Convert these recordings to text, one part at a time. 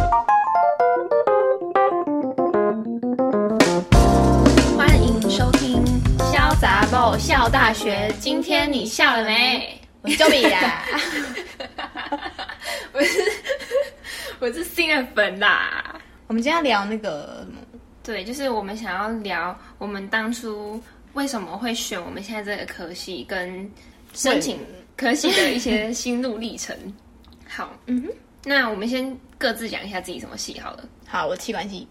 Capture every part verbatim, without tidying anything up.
欢迎收听《潇洒爆笑大学》，今天你笑了没？ 我是 Joey 啦， 我是我是新的粉啦。 我们今天要聊那个， 对，就是我们想要聊我们当初为什么会选我们现在这个科系，跟申请科系的一些心路历程。好，嗯哼，那我们先各自讲一下自己什么系好了。 好，我企管系，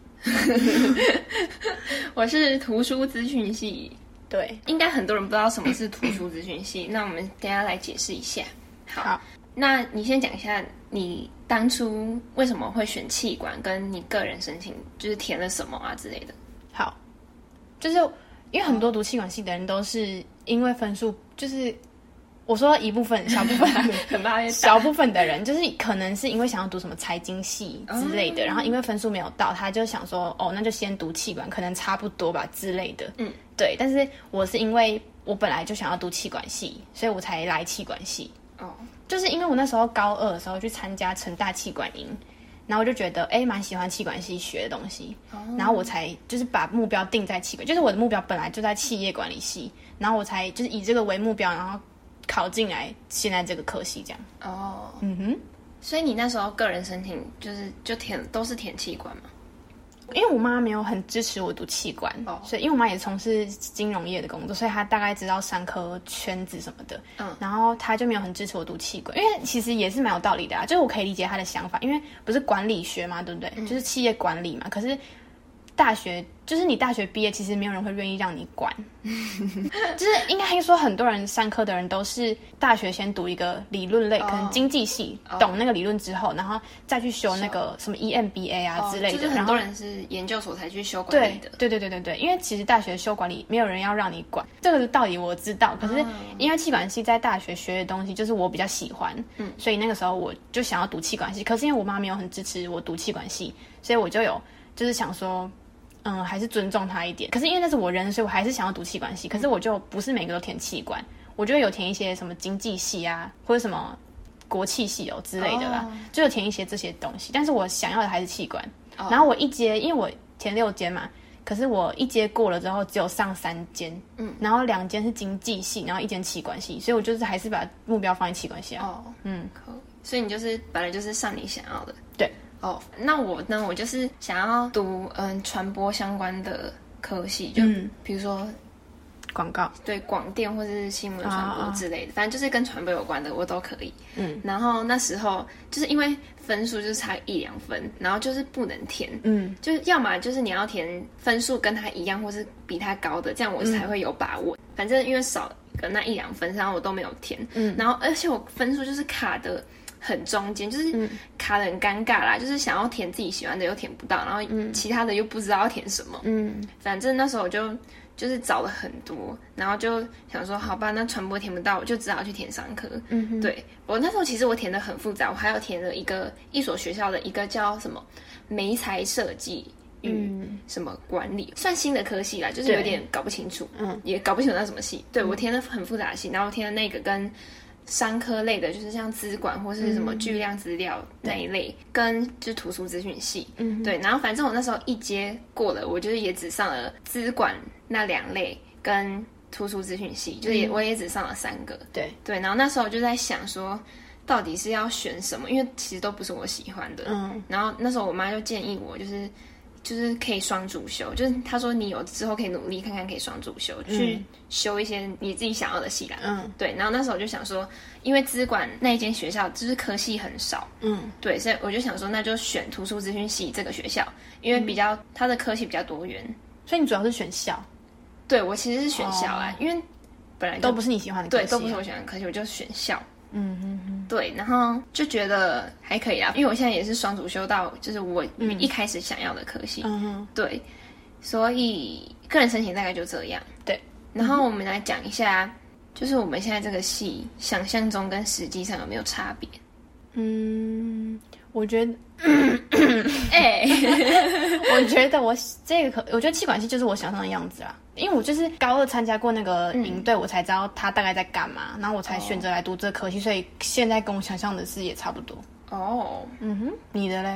我是图书资讯系。 对， 应该很多人不知道什么是图书资讯系，那我们等一下来解释一下。好， 好， 那你先讲一下你当初为什么会选企管，跟你个人申请就是填了什么啊之类的。 好，就是因为很多读企管系的人都是因为分数，就是我说一部分小部分很怕小部分的人，就是可能是因为想要读什么财经系之类的，哦、然后因为分数没有到，他就想说，哦，那就先读企管，可能差不多吧之类的。嗯，对。但是我是因为我本来就想要读企管系，所以我才来企管系。哦，就是因为我那时候高二的时候去参加成大企管营，然后我就觉得，哎，蛮喜欢企管系学的东西，哦、然后我才就是把目标定在企管，就是我的目标本来就在企业管理系，然后我才就是以这个为目标，然后考进来现在这个科系这样。 哦，嗯哼，所以你那时候个人申请就是就填都是填企管吗？ 因为我妈没有很支持我读企管，哦、所以因为我妈也从事金融业的工作，所以她大概知道商科圈子什么的，嗯，然后她就没有很支持我读企管，因为其实也是蛮有道理的啊，就是我可以理解她的想法，因为不是管理学嘛，对不对？嗯、就是企业管理嘛，可是大学就是你大学毕业，其实没有人会愿意让你管，就是应该说很多人上课的人都是大学先读一个理论类，可能经济系，哦、懂那个理论之后，然后再去修那个什么 E M B A 啊之类的。 哦、就是很多人是研究所才去修管理的。 对对对对对，因为其实大学修管理没有人要让你管，这个道理我知道。可是因为企管系在大学学的东西，就是我比较喜欢，嗯，所以那个时候我就想要读企管系。可是因为我妈没有很支持我读企管系，所以我就有就是想说。嗯，还是尊重他一点。可是因为那是我人，所以我还是想要读企管系。可是我就不是每个都填企管，我就会有填一些什么经济系啊，或者什么国企系哦之类的啦， oh. 就有填一些这些东西。但是我想要的还是企管。Oh. 然后我一阶，因为我填六间嘛，可是我一阶过了之后只有上三间，嗯，然后两间是经济系，然后一间企管系，所以我就是还是把目标放在企管系啊。哦， oh. 嗯， 所以你就是本来就是上你想要的， 对。 哦，那我呢？我就是想要读嗯传播相关的科系，就比如说广告， 对，广电或是新闻传播之类的，啊、反正就是跟传播有关的，我都可以。嗯，然后那时候就是因为分数就是差一两分，然后就是不能填，嗯，就是要么就是你要填分数跟他一样，或是比他高的，这样我才会有把握。嗯、反正因为少个那一两分，然后我都没有填，嗯，然后而且我分数就是卡的。很中间，就是卡得很尴尬啦，嗯、就是想要填自己喜欢的又填不到，然后其他的又不知道要填什么。嗯，反正那时候我就就是找了很多，然后就想说，好吧，那传播填不到，我就只好去填商科。嗯哼，对，我那时候其实我填的很复杂，我还有填了一个一所学校的一个叫什么媒材设计与什么管理，嗯、算新的科系啦，就是有点搞不清楚，嗯，也搞不清楚那什么系。对，我填了很复杂的系，然后我填的那个跟。商科类的，就是像资管或是什么巨量资料那一类，嗯、跟就是图书资讯系，嗯，对。然后反正我那时候一阶过了，我就是也只上了资管那两类跟图书资讯系，就是也、嗯、我也只上了三个，对对。然后那时候我就在想说，到底是要选什么？因为其实都不是我喜欢的，嗯。然后那时候我妈就建议我，就是。就是可以双主修，就是他说你有之后可以努力看看，可以双主修，嗯、去修一些你自己想要的系啦。嗯，对。然后那时候我就想说，因为资管那一间学校就是科系很少，嗯，对，所以我就想说，那就选图书资讯系这个学校，因为比较、嗯、它的科系比较多元。所以你主要是选校？对，我其实是选校啊，哦、因为本来都不是你喜欢的科系、啊，对，都不是我喜欢的科系，我就选校。嗯哼哼，对，然后就觉得还可以啊，因为我现在也是双主修到，就是我一开始想要的科系，嗯哼，对，所以个人申请大概就这样，对。然后我们来讲一下，就是我们现在这个系想象中跟实际上有没有差别？嗯，我觉得，哎、欸，我觉得我这个可，我觉得企管系就是我想象的样子啦。因为我就是高二参加过那个营队，嗯、我才知道他大概在干嘛，然后我才选择来读这科系，所以现在跟我想象的是也差不多。哦，嗯哼，你的嘞？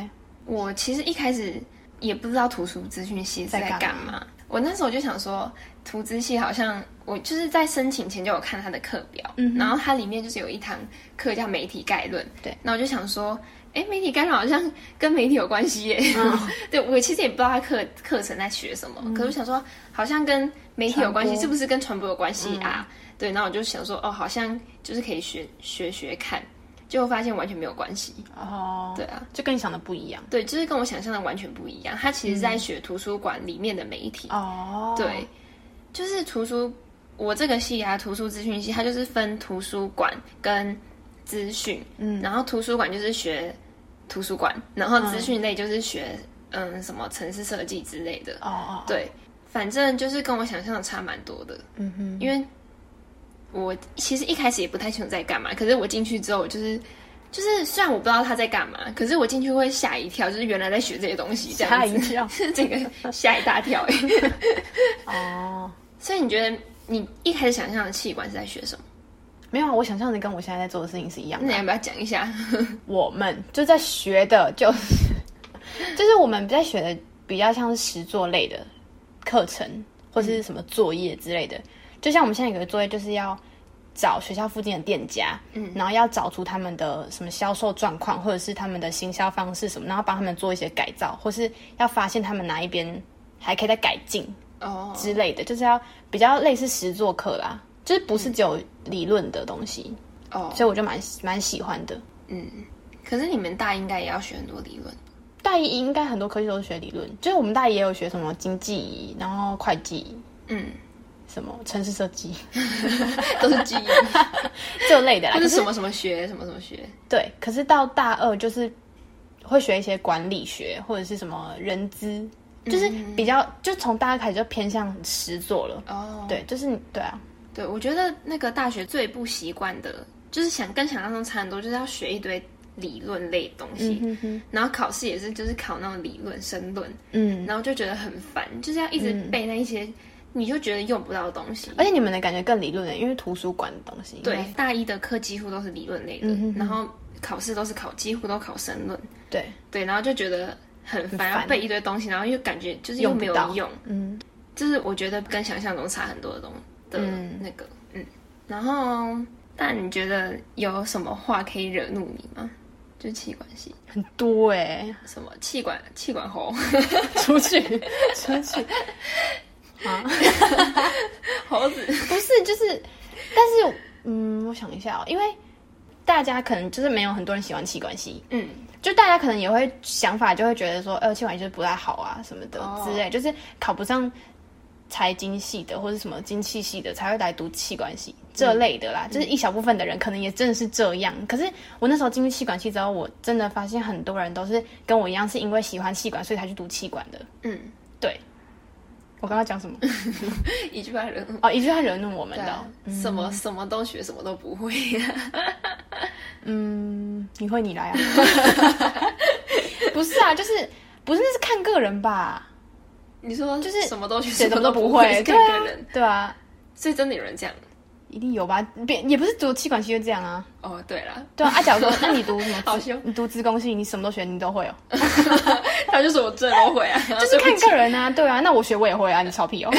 我其实一开始也不知道图书资讯系是在干嘛。我那时候就想说，图资系好像我就是在申请前就有看它的课表，嗯，然后它里面就是有一堂课叫媒体概论，对，那我就想说，哎，媒体概论好像跟媒体有关系耶，嗯、对我其实也不知道它课课程在学什么，嗯、可是我想说好像跟媒体有关系，是不是跟传播有关系啊？嗯、对，那我就想说，哦，好像就是可以学学学看。结果发现完全没有关系哦， 对啊， 就跟你想的不一样。 对，就是跟我想象的完全不一样。他其实在学图书馆里面的媒体哦，对，就是图书，我这个系啊，图书资讯系，它就是分图书馆跟资讯，嗯，然后图书馆就是学图书馆，然后资讯类就是学嗯, 嗯什么程式设计之类的哦，对，反正就是跟我想象的差蛮多的，嗯哼，因为。我其实一开始也不太清楚在干嘛，可是我进去之后，我就是就是虽然我不知道他在干嘛，可是我进去会吓一跳，就是原来在学这些东西，这样子吓一跳，这个吓一大跳哎。哦，所以你觉得你一开始想象的企管是在学什么？ 没有啊，我想象的跟我现在在做的事情是一样的。 那你要不要讲一下？ 我们就在学的，就是就是我们在学的比较像是实作类的课程，或是什么作业之类的。就像我们现在有个作业，就是要找学校附近的店家，嗯，然后要找出他们的什么销售状况，或者是他们的行销方式什么，然后帮他们做一些改造，或是要发现他们哪一边还可以再改进哦之类的，就是要比较类似实作课啦，就是不是只有理论的东西哦，所以我就蛮蛮喜欢的。 嗯，可是你们大一应该也要学很多理论。 大一应该很多科系都是学理论，就是我们大一也有学什么经济，然后会计，嗯。什么程式设计都是基因这类的啦， 或是什么什么学什么什么学。 对，可是到大二就是会学一些管理学或者是什么人资，就是比较、嗯、就从大二开始就偏向实作了。哦，对，就是对啊， 对，我觉得那个大学最不习惯的，就是想跟想象中差很多，就是要学一堆理论类的东西，嗯、哼哼然后考试也是就是考那种理论申论，嗯，然后就觉得很烦，就是要一直背那一些。嗯你就觉得用不到的东西， 而且你们的感觉更理论的，因为图书馆的东西。 对，大一的课几乎都是理论类的，嗯、然后考试都是考，几乎都考申论。对对，然后就觉得很烦，要背一堆东西，然后又感觉就是又没有用，嗯，就是我觉得跟想象中差很多的东的那个，嗯，嗯然后，但你觉得有什么话可以惹怒你吗？就是企管系很多哎、欸， 什么企管企管猴， 出去出去。啊， 猴子不是，就是，但是，嗯，我想一下哦，因为大家可能就是没有很多人喜欢企管系，嗯，就大家可能也会想法就会觉得说，呃，企管系就是不太好啊什么的、哦、之类，就是考不上财经系的或者什么经济系的才会来读企管系这类的啦，嗯、就是一小部分的人可能也真的是这样。可是我那时候进入企管系之后，我真的发现很多人都是跟我一样，是因为喜欢企管所以才去读企管的，嗯，对。我刚刚讲什么？ 一句话惹怒哦，一句话惹怒我们的、哦嗯，什么什么都学，什么都不会。 嗯，你会你来啊？不是啊，就是不是那是看个人吧？ 你说就是什么都学， 什么都不会， 看个人， 对啊， 所以真的有人这样。 一定有吧，别也不是读企管系就这样啊。 哦，对啦， 对啊。啊，假如说，那你读什么？ 好凶！ 你读资工系，你什么都学，你都会哦。 他就说我这都会啊， 就是看个人啊，对啊。那我学我也会啊，你超屁哦。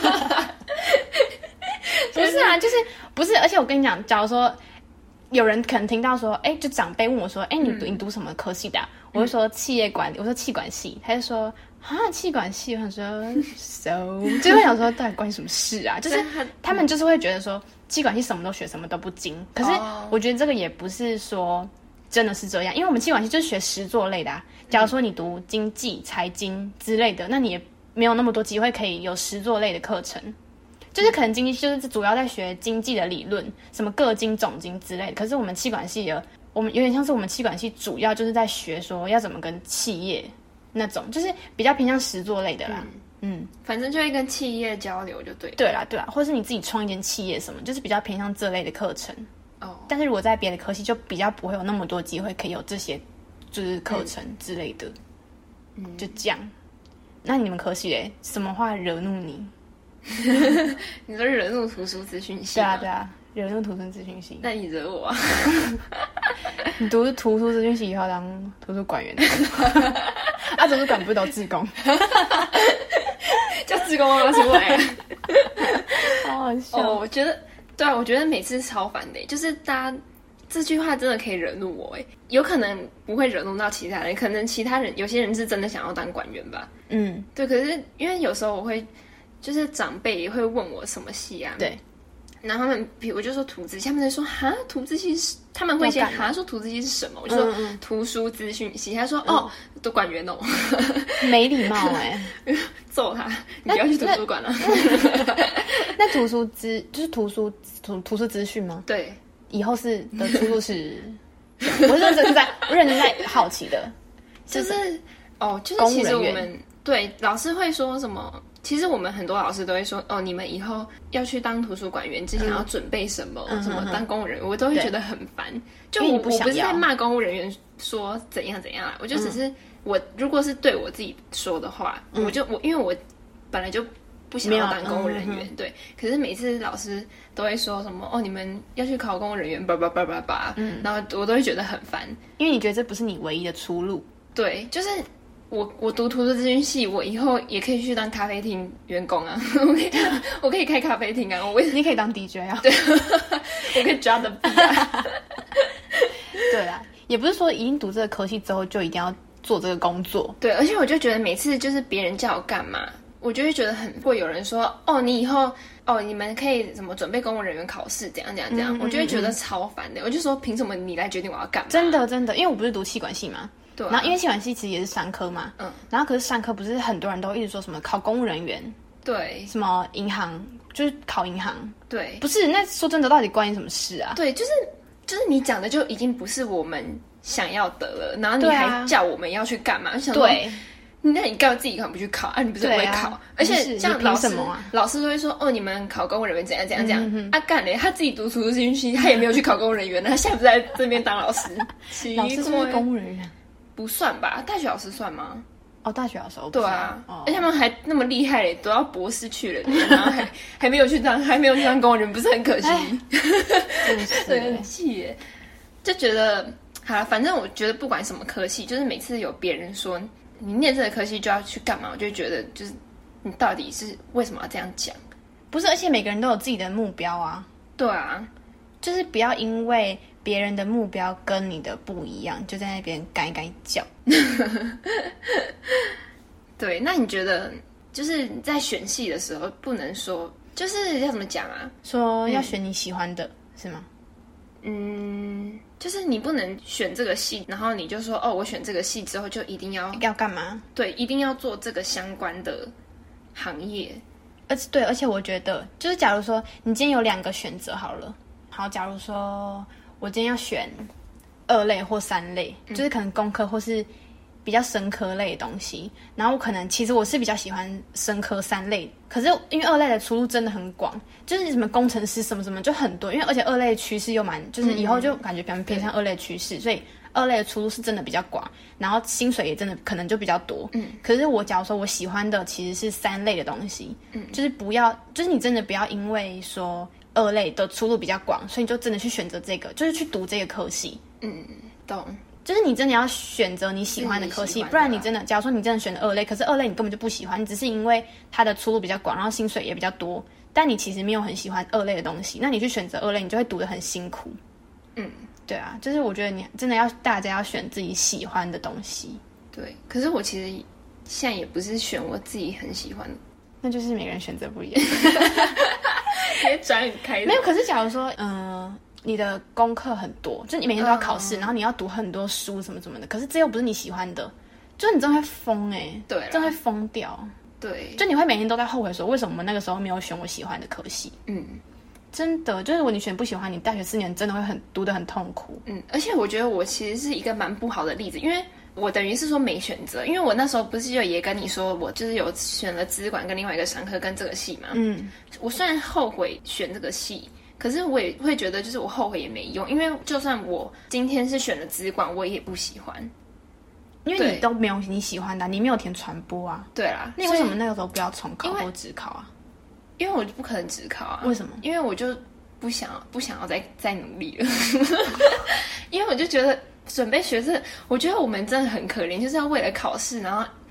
不是啊，就是不是，而且我跟你讲，假如说有人可能听到说，哎，就长辈问我说，哎，你读、嗯、你读什么科系的、啊？我就说企业管理，我说企管系，他就说。啊，企管系，我想说 ，so， 就会想说，到底关你什么事啊？就是他们就是会觉得说，企管系什么都学，什么都不精。可是我觉得这个也不是说真的是这样，因为我们企管系就是学实作类的啊。假如说你读经济、财经之类的，那你也没有那么多机会可以有实作类的课程。就是可能经济就是主要在学经济的理论，什么个经、总经之类的。可是我们企管系的，我们有点像是我们企管系主要就是在学说要怎么跟企业。那种就是比较偏向实作类的啦，嗯，嗯反正就会跟企业交流就对了， 对啦对啦，或是你自己创一间企业什么，就是比较偏向这类的课程哦。但是如果在别的科系，就比较不会有那么多机会可以有这些就是课程之类的，嗯，就这样。那你们科系嘞，什么话惹怒你？ 你说惹怒图书资讯系？ 对啊对啊，惹怒图书资讯系。 那你惹我啊？ 你读图书资讯系以后当图书馆员。 图书馆不是都志工？ 叫志工妈妈出来了， 好好笑。 哦，我觉得对啊，我觉得每次超烦的，就是大家这句话真的可以惹怒我哎，有可能不会惹怒到其他人，可能其他人有些人是真的想要当管员吧。嗯，对，可是因为有时候我会，就是长辈也会问我什么系啊， 对。 然后他们，比如我就说图资系，他们就说哈图资系是，他们会先哈说图资系是什么？我就说、嗯嗯、图书资讯系，他说、嗯、哦，都管员哦， 没礼貌哎、 欸，揍他，你不要去图书馆了。 那图书资就是图书图图书资讯吗？ 对， 以后是的出路是，我认真在，我认真在好奇的， 就是哦，就是其实我们对老师会说什么？其实我们很多老师都会说，哦，你们以后要去当图书馆员之前要准备什么，嗯、什么当公务人员，我都会觉得很烦。就我不我不是在骂公务人员说怎样怎样啊，我就只是、嗯、我如果是对我自己说的话，嗯、我就我因为我本来就不想要当公务人员，嗯、对。可是每次老师都会说什么，哦，你们要去考公务人员，叭叭叭叭叭，嗯，然后我都会觉得很烦， 因为你觉得这不是你唯一的出路。 对，就是。我我读图书资讯系，我以后也可以去当咖啡厅员工啊！我可以我可以开咖啡厅啊！我你可以当 D J 啊！ 对，我可以 drop the beat 啊！ 对啦，也不是说一定读这个科系之后就一定要做这个工作。 对，而且我就觉得每次就是别人叫我干嘛，我就会觉得很会有人说哦，你以后哦你们可以怎么准备公务人员考试，怎样怎样怎样，嗯嗯嗯我就会觉得超烦的。我就说凭什么你来决定我要干嘛？ 真的真的，因为我不是读企管系嘛。 对、啊， 然后因为企管系其实也是商科嘛，嗯，然后可是商科不是很多人都一直说什么考公务人员， 对， 什么银行就是考银行， 对， 不是，那说真的，到底关你什么事啊？ 对，就是就是你讲的就已经不是我们想要的了，然后你还叫我们要去干嘛？我想说，对，那你干嘛自己干嘛不去考啊？你不是不会考，啊、而且像老师、啊、老师都会说，哦，你们考公务人员怎样怎样怎样、嗯、啊？干嘞，他自己读图书资讯系，他也没有去考公务人员，他现在不在这边当老师， 老师是不是公务人员？ 不算吧，大学老师算吗？ 哦，大学老师对啊，哦、而且他们还那么厉害嘞，都要博士去了，然后还还没有去当，还没有去当公务员，不是很可惜？ 真是很气耶，就觉得好了，反正我觉得不管什么科系，就是每次有别人说你念这个科系就要去干嘛，我就觉得就是你到底是为什么要这样讲？ 不是，而且每个人都有自己的目标啊。 对啊， 就是不要因为别人的目标跟你的不一样，就在那边该该叫。 对，那你觉得就是在选系的时候，不能说就是要怎么讲啊？ 说要选你喜欢的、嗯、是吗？ 嗯，就是你不能选这个系，然后你就说哦，我选这个系之后就一定要要干嘛？ 对，一定要做这个相关的行业。 而且对，而且我觉得就是假如说你今天有两个选择好了，好，假如说我今天要选二类或三类，嗯、就是可能工科或是比较生科类的东西，然后我可能其实我是比较喜欢生科三类，可是因为二类的出路真的很广，就是什么工程师什么什么就很多，因为而且二类的趋势又蛮，就是以后就感觉比较偏向二类的趋势，所以二类的出路是真的比较广，然后薪水也真的可能就比较多。嗯，可是我假如说我喜欢的其实是三类的东西，嗯，就是不要，就是你真的不要因为说二类的出路比较广，所以你就真的去选择这个，就是去读这个科系。 嗯，懂。 就是你真的要选择你喜欢的科系，不然你真的，假如说你真的选了二类，可是二类你根本就不喜欢，你只是因为它的出路比较广，然后薪水也比较多，但你其实没有很喜欢二类的东西，那你去选择二类，你就会读得很辛苦。嗯，对啊，就是我觉得你真的要大家要选自己喜欢的东西。 对，可是我其实现在也不是选我自己很喜欢的， 那就是每个人选择不一样。 别转很开。 没有，可是假如说，嗯、呃。你的功课很多，就你每天都要考试， uh, 然后你要读很多书什么什么的，可是这又不是你喜欢的，就是你真的会疯哎、欸， 对， 真的会疯掉， 对， 就你会每天都在后悔说为什么我那个时候没有选我喜欢的科系，嗯，真的，就是如果你选不喜欢，你大学四年真的会很读得很痛苦， 嗯，而且我觉得我其实是一个蛮不好的例子，因为我等于是说没选择，因为我那时候不是就也跟你说，我就是有选了资管跟另外一个商科跟这个系嘛，嗯，我虽然后悔选这个系。可是我也会觉得，就是我后悔也没用，因为就算我今天是选了资管，我也不喜欢， 因为你都没有你喜欢的，你没有填传播啊。 对啦， 那你为什么那个时候不要重考或指考啊？ 因为我不可能指考啊。 为什么？ 因为我就不想不想要再再努力了，因为我就觉得准备学测，我觉得我们真的很可怜，就是要为了考试，然后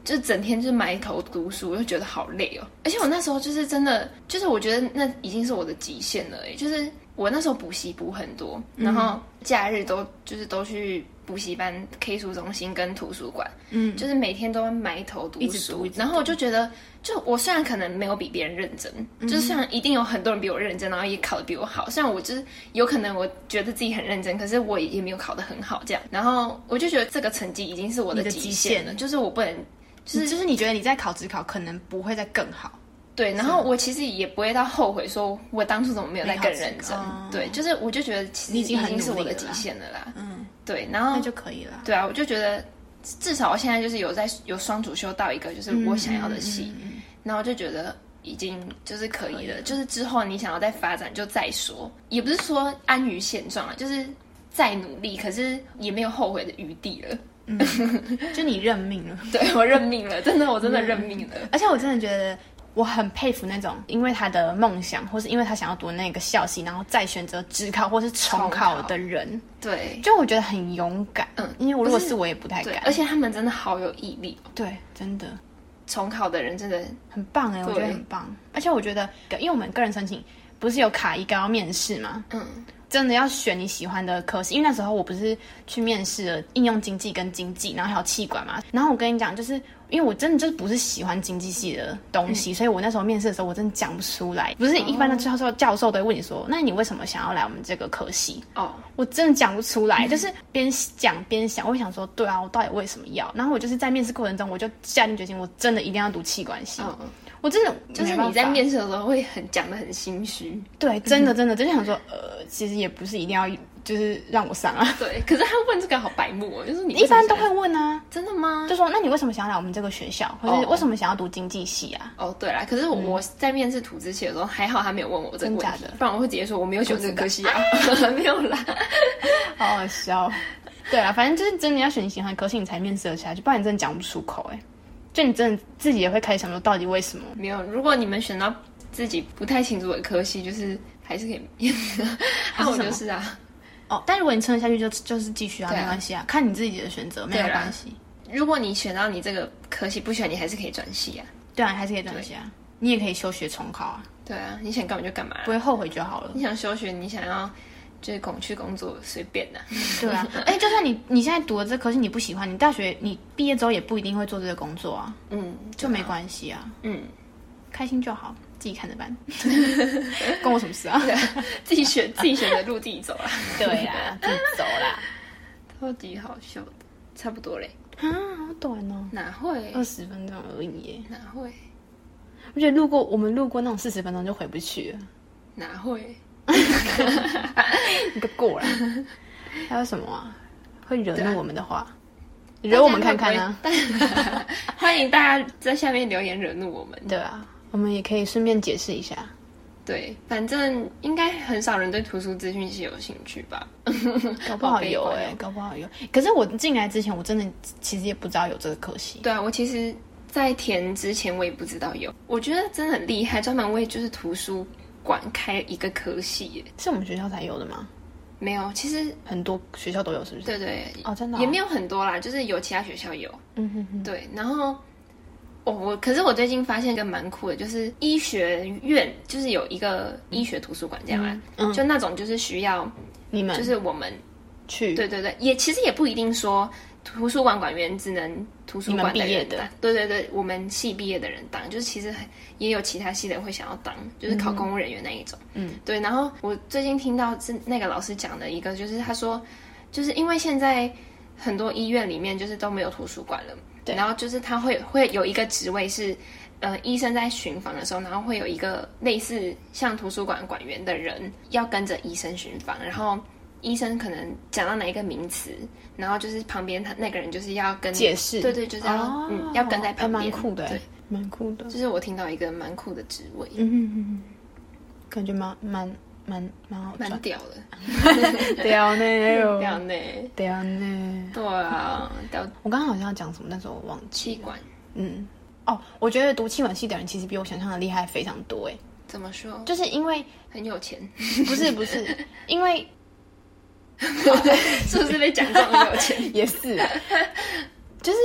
就整天就是埋头读书，我就觉得好累哦。而且我那时候就是真的，就是我觉得那已经是我的极限了耶，就是我那时候补习补很多，然后假日都就是都去补习班、K 书中心跟图书馆，嗯，就是每天都埋头读书， 一直读一直读然后我就觉得，就我虽然可能没有比别人认真，嗯、就是虽然一定有很多人比我认真，然后也考得比我好，虽然我就是有可能我觉得自己很认真，可是我也没有考得很好，这样，然后我就觉得这个成绩已经是我的极限了，就是我不能， 就是就是你觉得你在考指考可能不会再更好。 对，然后我其实也不会到后悔，说我当初怎么没有再更认真。对，就是我就觉得其实已经是我的极限了啦。嗯，对，然后那就可以了。 对啊，我就觉得至少我现在就是有在有双主修到一个就是我想要的系，嗯嗯嗯、然后我就觉得已经就是可以了。就是之后你想要再发展就再说，也不是说安于现状啊，就是再努力，可是也没有后悔的余地了。 嗯，就你认命了。 对，我认命了，真的，我真的认命了。 嗯、而且我真的觉得。我很佩服那种因为他的梦想或是因为他想要读那个校系然后再选择指考或是重考的人， 对， 就我觉得很勇敢。嗯，因为我如果是我也不太敢， 而且他们真的好有毅力。 对，真的重考的人真的很棒哎，我觉得很棒。而且我觉得因为我们个人申请不是有卡一个要面试吗？嗯，真的要选你喜欢的科系，因为那时候我不是去面试了应用经济跟经济，然后还有企管嘛。然后我跟你讲，就是因为我真的就是不是喜欢经济系的东西，嗯、所以我那时候面试的时候我真的讲不出来。不是一般的教授教授都会问你说，那你为什么想要来我们这个科系？哦，我真的讲不出来，嗯、就是边讲边想，我会想说，对啊，我到底为什么要？然后我就是在面试过程中，我就下定决心，我真的一定要读企管系。哦，我真的就是你在面试的时候会很讲得很心虚。 对，真的真的，就想说，呃，其实也不是一定要。就是让我上啊， 对，可是他问这个好白目哦，就是你一般都会问啊， 真的吗？ 就说那你为什么想要来我们这个学校，或者为什么想要读经济系啊？ 哦，对啦，可是我在面试图资系的时候，还好他没有问我这个问题，不然我会直接说我没有选这个科系啊，没有啦， 好好笑。对啊，反正就是真的要选你喜欢的科系，你才面试得起来，就不然你真的讲不出口哎、欸。就你真的自己也会开始想说，到底为什么？ 没有，如果你们选到自己不太清楚的科系，就是还是可以面试。啊，我就是啊。 哦，但如果你撑得下去就，就就是继续啊，没关系啊，看你自己的选择，没有关系。 如果你选到你这个科系不选，你还是可以转系啊。 对啊，还是可以转系啊，你也可以休学重考啊。 对啊，你想干嘛就干嘛、啊， 不会后悔就好了。 你想休学，你想要就是工去工作，随便的、啊。 对啊，哎、欸，就算你你现在读的这科系你不喜欢，你大学你毕业之后也不一定会做这个工作啊。嗯，就没关系啊。嗯，开心就好。自己看着办，关我什么事啊？ 自己选自己选的路自己走啦。 对啦，自己走啦。 超级好笑的，差不多嘞。 啊，好短哦。 哪会？ 二十分钟而已耶。 哪会？ 我觉得路过我们路过那种四十分钟就回不去了。 哪会？ 你不过了。还有什么啊？会惹怒我们的话，惹我们看看啊！ 欢迎大家在下面留言惹怒我们。 对啊。我们也可以顺便解释一下， 对，反正应该很少人对图书资讯系有兴趣吧？ 搞不好有哎、欸，搞不好有。可是我进来之前，我真的其实也不知道有这个科系。 对啊，我其实，在填之前我也不知道有。我觉得真的很厉害，专门为就是图书馆开一个科系耶， 是我们学校才有的吗？ 没有，其实很多学校都有，是不是？ 对对， 哦，真的、哦、 也没有很多啦，就是有其他学校有。嗯哼哼，对，然后。哦，我可是我最近发现一个蛮酷的，就是医学院就是有一个医学图书馆这样啊，嗯、就那种就是需要你们， 就是我们去， 对对对，也其实也不一定说图书馆馆员只能图书馆的人当，对对对，我们系毕业的人当，就是其实也有其他系的人会想要当，就是考公务人员那一种，嗯，对。然后我最近听到是那个老师讲的一个，就是他说，就是因为现在很多医院里面就是都没有图书馆了。对，然后就是他会会有一个职位是，呃，医生在巡访的时候，然后会有一个类似像图书馆馆员的人要跟着医生巡访，然后医生可能讲到哪一个名词，然后就是旁边他那个人就是要跟解释， 对对，就是要、哦、嗯要跟在旁边， 蛮酷的， 对， 蛮酷的。 就是我听到一个蛮酷的职位， 嗯嗯嗯，感觉蛮蛮蛮蛮好赚， 蛮屌的， 屌呢， 屌呢， 屌呢， 对啊，屌。 我刚刚好像要讲什么，但是我忘记。 气管， 嗯，哦，我觉得读气管系的人其实比我想象的厉害非常多诶。 怎么说？ 就是因为很有钱， 不是不是，因为是不是被讲中很有钱？ 也是，就是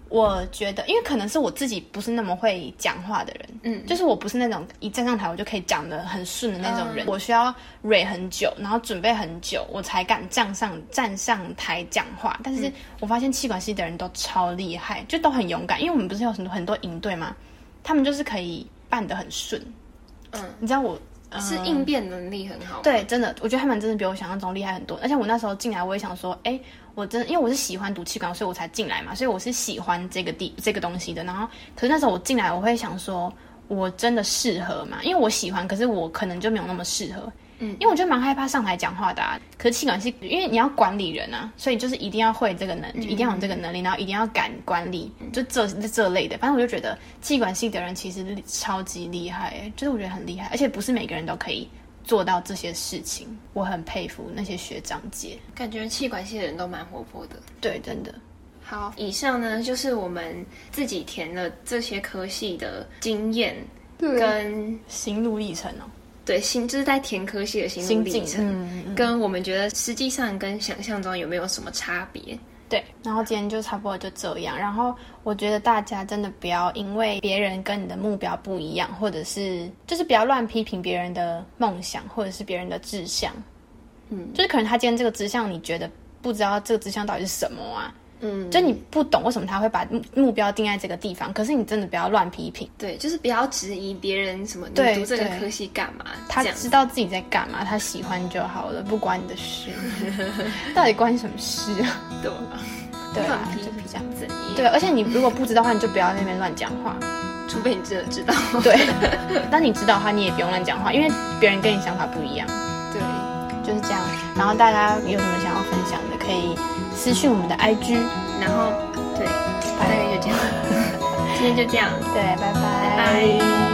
我觉得，因为可能是我自己不是那么会讲话的人，嗯，就是我不是那种一站上台我就可以讲得很顺的那种人，嗯、我需要 read 很久，然后准备很久，我才敢站上站上台讲话。但是我发现企管系的人都超厉害，就都很勇敢，因为我们不是有很多很多营队吗？他们就是可以办得很顺，嗯，你知道我。 是应变能力很好、嗯， 对，真的，我觉得他们真的比我想象中厉害很多。而且我那时候进来，我也想说，哎，我真的，因为我是喜欢读企管，所以我才进来嘛，所以我是喜欢这个地这个东西的。然后，可是那时候我进来，我会想说，我真的适合吗？因为我喜欢，可是我可能就没有那么适合。嗯，因为我就蛮害怕上台讲话的、啊。可是企管系，因为你要管理人啊，所以就是一定要会这个能，嗯、一定要有这个能力，然后一定要敢管理，就这这类的。反正我就觉得企管系的人其实超级厉害，就是我觉得很厉害，而且不是每个人都可以做到这些事情，我很佩服那些学长姐。 感觉企管系的人都蛮活泼的。 对，真的。 好，以上呢就是我们自己填了这些科系的经验跟心路历程哦。 对，心就是在填科系的心路历程，嗯嗯、跟我们觉得实际上跟想象中有没有什么差别。 对，然后今天就差不多就这样。然后我觉得大家真的不要因为别人跟你的目标不一样，或者是就是不要乱批评别人的梦想或者是别人的志向。嗯，就是可能他今天这个志向你觉得不知道这个志向到底是什么啊，嗯，就你不懂为什么他会把目标定在这个地方，可是你真的不要乱批评。 对，就是不要质疑别人什么你读这个科系干嘛， 他知道自己在干嘛，他喜欢就好了，不关你的事。到底关你什么事啊？ 对对啊， 就是这样子。 对，而且你如果不知道的话，你就不要在那边乱讲话， 除非你真的知道。 对，但你知道的话，你也不用乱讲话，因为别人跟你想法不一样。 对， 就是这样。然后大家有什么想要分享的，可以私讯我们的 I G。 然后，对，大概就这样。今天就这样， 对，拜拜。 拜拜。